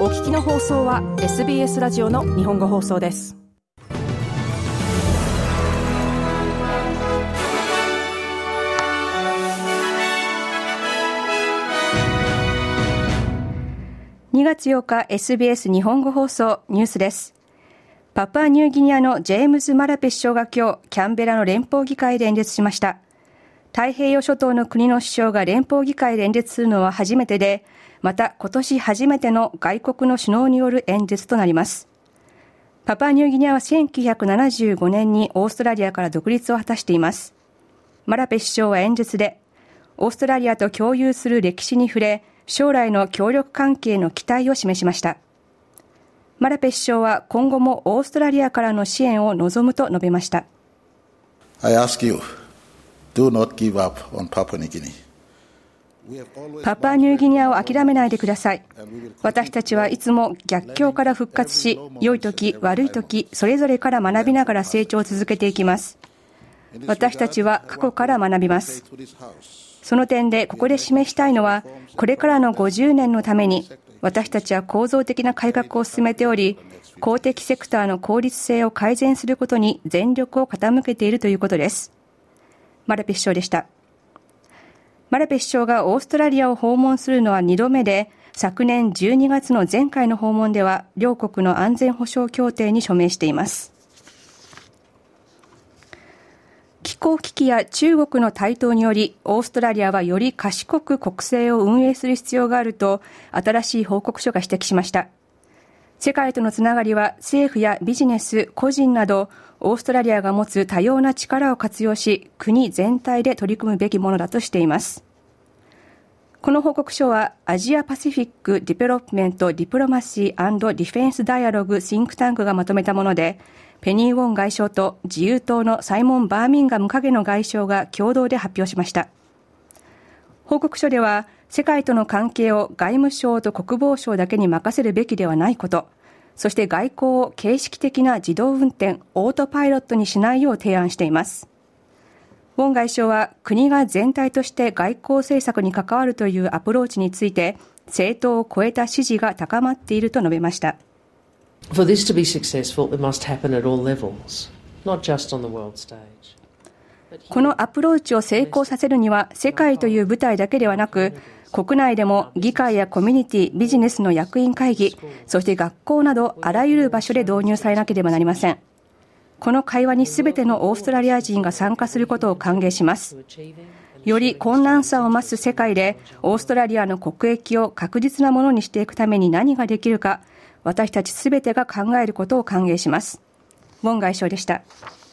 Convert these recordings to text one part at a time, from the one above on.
お聞きの放送は SBS ラジオの日本語放送です。2月8日 SBS 日本語放送ニュースです。パプアニューギニアのジェームズ・マラペ首相が今日キャンベラの連邦議会で演説しました。太平洋諸島の国の首相が連邦議会で演説するのは初めてで、また今年初めての外国の首脳による演説となります。パプアニューギニアは1975年にオーストラリアから独立を果たしています。マラペ首相は演説で、オーストラリアと共有する歴史に触れ、将来の協力関係の期待を示しました。マラペ首相は今後もオーストラリアからの支援を望むと述べました。 I ask you, do not give up on Papua New Guinea. パプアニューギニアを諦めないでください。私たちはいつも逆境から復活し、良い時悪い時それぞれから学びながら成長を続けていきます。私たちは過去から学びます。その点でここで示したいのは、これからの50年のために私たちは構造的な改革を進めており、公的セクターの効率性を改善することに全力を傾けているということです。マラペ首相でした。マラペ首相がオーストラリアを訪問するのは2度目で、昨年12月の前回の訪問では両国の安全保障協定に署名しています。気候危機や中国の台頭により、オーストラリアはより賢く国政を運営する必要があると新しい報告書が指摘しました。世界とのつながりは政府やビジネス、個人などオーストラリアが持つ多様な力を活用し、国全体で取り組むべきものだとしています。この報告書はアジアパシフィック・ディベロップメント・ディプロマシー&ディフェンス・ダイアログ・シンクタンクがまとめたもので、ペニー・ウォン外相と自由党のサイモン・バーミンガム影の外相が共同で発表しました。報告書では、世界との関係を外務省と国防省だけに任せるべきではないこと、そして外交を形式的な自動運転、オートパイロットにしないよう提案しています。ウォン外相は国が全体として外交政策に関わるというアプローチについて、政党を超えた支持が高まっていると述べました。 For this to be successful, it must happen at all levels, not just on the world stage. このアプローチを成功させるには、世界という舞台だけではなく、国内でも議会やコミュニティ、ビジネスの役員会議、そして学校などあらゆる場所で導入されなければなりません。この会話にすべてのオーストラリア人が参加することを歓迎します。より困難さを増す世界で、オーストラリアの国益を確実なものにしていくために何ができるか、私たちすべてが考えることを歓迎します。ウォン外相でした。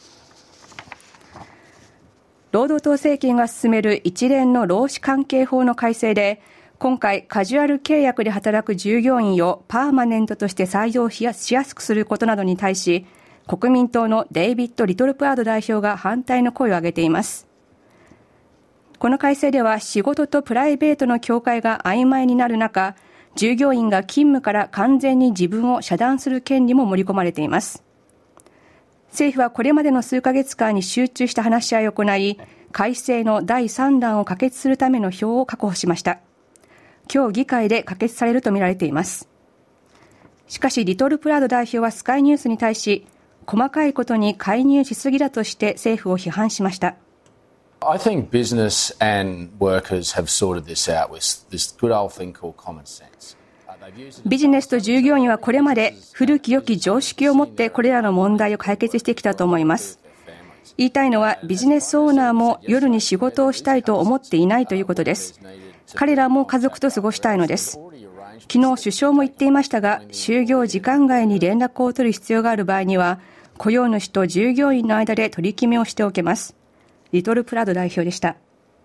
労働党政権が進める一連の労使関係法の改正で、今回カジュアル契約で働く従業員をパーマネントとして採用しやすくすることなどに対し、国民党のデイビッド・リトルプラード代表が反対の声を上げています。この改正では仕事とプライベートの境界が曖昧になる中、従業員が勤務から完全に自分を遮断する権利も盛り込まれています。政府はこれまでの数ヶ月間に集中した話し合いを行い、改正の第3弾を可決するための票を確保しました。今日議会で可決されるとみられています。しかしリトルプラード代表はスカイニュースに対し、細かいことに介入しすぎだとして政府を批判しました。 I think business and workers have sorted this out with this good old thing called common sense. ビジネスと従業員はこれまで古き良き常識を持ってこれらの問題を解決してきたと思います。言いたいのはビジネスオーナーも夜に仕事をしたいと思っていないということです。彼らも家族と過ごしたいのです。昨日首相も言っていましたが、就業時間外に連絡を取る必要がある場合には雇用主と従業員の間で取り決めをしておけます。リトルプラード代表でした。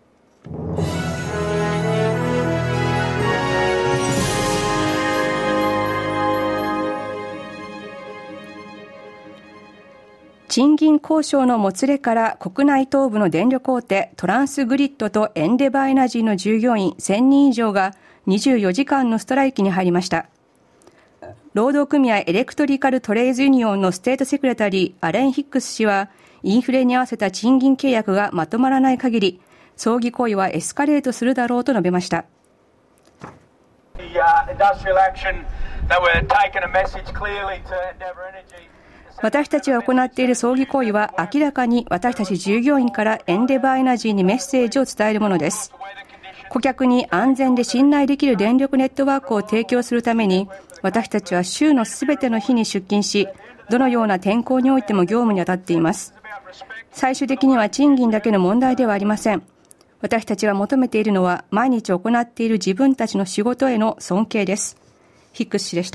賃金交渉のもつれから国内東部の電力大手トランスグリッドとエンデバーエナジーの従業員1000人以上が24時間のストライキに入りました。労働組合エレクトリカルトレーズユニオンのステートセクレタリーアレン・ヒックス氏は、インフレに合わせた賃金契約がまとまらない限り、争議行為はエスカレートするだろうと述べました。 私たちが行っている葬儀行為は明らかに私たち従業員からエンデバーエナジーにメッセージを伝えるものです。顧客に安全で信頼できる電力ネットワークを提供するために、私たちは週のすべての日に出勤し、どのような天候においても業務に当たっています。最終的には賃金だけの問題ではありません。私たちが求めているのは、毎日行っている自分たちの仕事への尊敬です。ヒックス氏でした。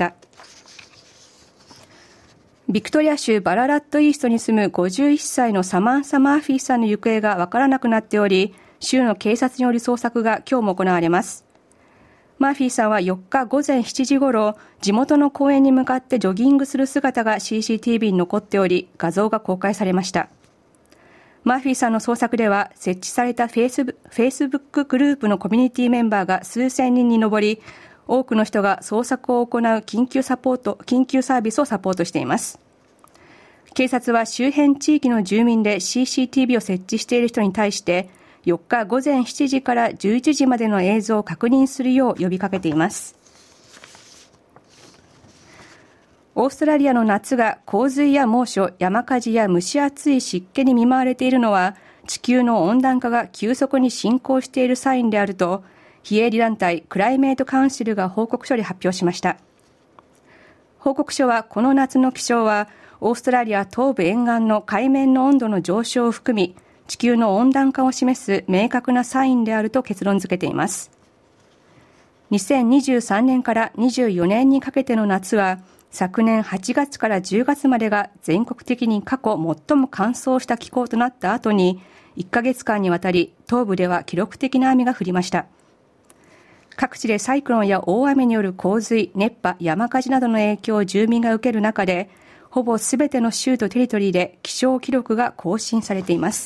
ビクトリア州バララットイーストに住む51歳のサマンサ・マーフィーさんの行方がわからなくなっており、州の警察による捜索が今日も行われます。マーフィーさんは4日午前7時ごろ、地元の公園に向かってジョギングする姿が CCTV に残っており、画像が公開されました。マーフィーさんの捜索では、設置されたフェイスブックグループのコミュニティメンバーが数千人に上り、多くの人が捜索を行う緊急サービスをサポートしています。警察は周辺地域の住民で CCTV を設置している人に対して、4日午前7時から11時までの映像を確認するよう呼びかけています。オーストラリアの夏が洪水や猛暑、山火事や蒸し暑い湿気に見舞われているのは、地球の温暖化が急速に進行しているサインであると、非営利団体クライメートカウンシルが報告書で発表しました。報告書は、この夏の気象はオーストラリア東部沿岸の海面の温度の上昇を含み、地球の温暖化を示す明確なサインであると結論付けています。2023年から24年にかけての夏は、昨年8月から10月までが全国的に過去最も乾燥した気候となった後に、1ヶ月間にわたり東部では記録的な雨が降りました。各地でサイクロンや大雨による洪水、熱波、山火事などの影響を住民が受ける中で、ほぼすべての州とテリトリーで気象記録が更新されています。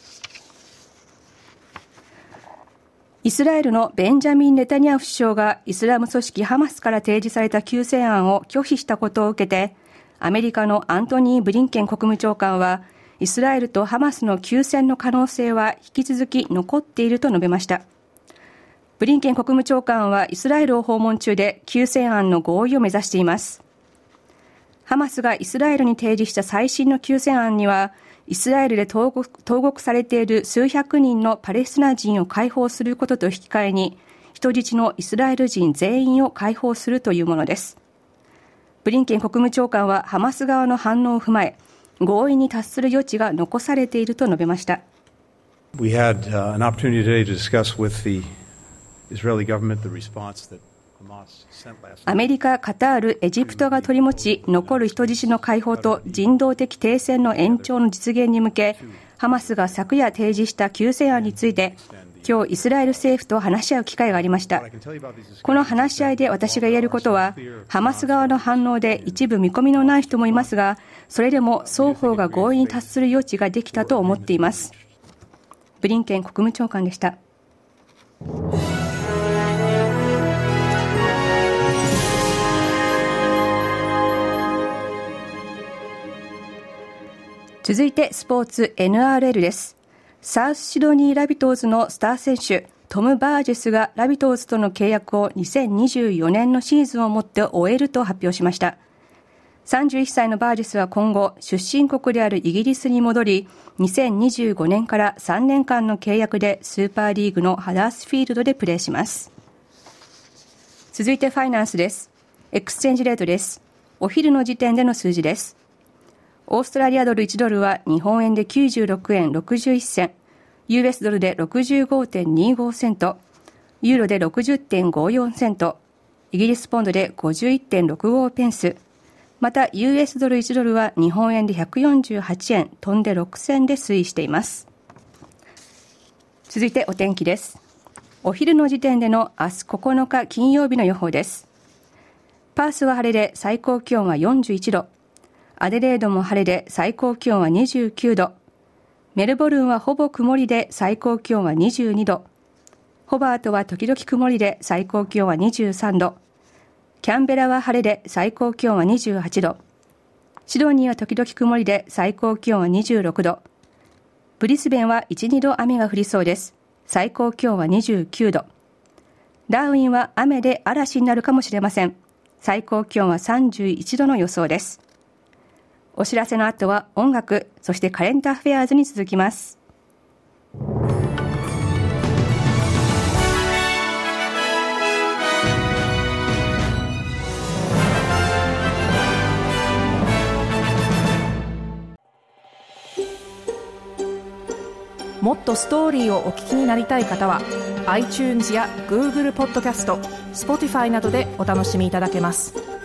イスラエルのベンジャミン・ネタニヤフ首相がイスラム組織ハマスから提示された休戦案を拒否したことを受けて、アメリカのアントニー・ブリンケン国務長官は、イスラエルとハマスの休戦の可能性は引き続き残っていると述べました。ブリンケン国務長官はイスラエルを訪問中で休戦案の合意を目指しています。ハマスがイスラエルに提示した最新の休戦案には、イスラエルで投獄されている数百人のパレスチナ人を解放することと引き換えに、人質のイスラエル人全員を解放するというものです。ブリンケン国務長官はハマス側の反応を踏まえ、合意に達する余地が残されていると述べました。 We had an opportunity today to discuss with the Israeli government the response that アメリカ、カタール、エジプトが取り持ち、残る人質の解放と人道的停戦の延長の実現に向け、ハマスが昨夜提示した休戦案について、今日イスラエル政府と話し合う機会がありました。この話し合いで私が言えることは、ハマス側の反応で一部見込みのない人もいますが、それでも双方が合意に達する余地ができたと思っています。ブリンケン国務長官でした。続いてスポーツ NRL です。サウスシドニーラビトーズのスター選手トム・バージェスがラビトーズとの契約を2024年のシーズンをもって終えると発表しました。31歳のバージェスは今後出身国であるイギリスに戻り、2025年から3年間の契約でスーパーリーグのハダースフィールドでプレーします。続いてファイナンスです。エクスチェンジレートです。お昼の時点での数字です。オーストラリアドル1ドルは日本円で96円61銭、US ドルで 65.25 セント、ユーロで 60.54 セント、イギリスポンドで 51.65 ペンス、また US ドル1ドルは日本円で148円飛んで6銭で推移しています。続いてお天気です。お昼の時点での明日9日金曜日の予報です。パースは晴れで最高気温は41度、アデレードも晴れで最高気温は29度、メルボルンはほぼ曇りで最高気温は22度、ホバートは時々曇りで最高気温は23度、キャンベラは晴れで最高気温は28度、シドニーは時々曇りで最高気温は26度、ブリスベンは 1,2 度雨が降りそうです。最高気温は29度、ダーウィンは雨で嵐になるかもしれません。 最高気温は31度の予想です。お知らせの後は音楽、そしてカレントアフェアーズに続きます。 もっとストーリーをお聞きになりたい方は iTunes や Google ポッドキャスト、Spotify などでお楽しみいただけます。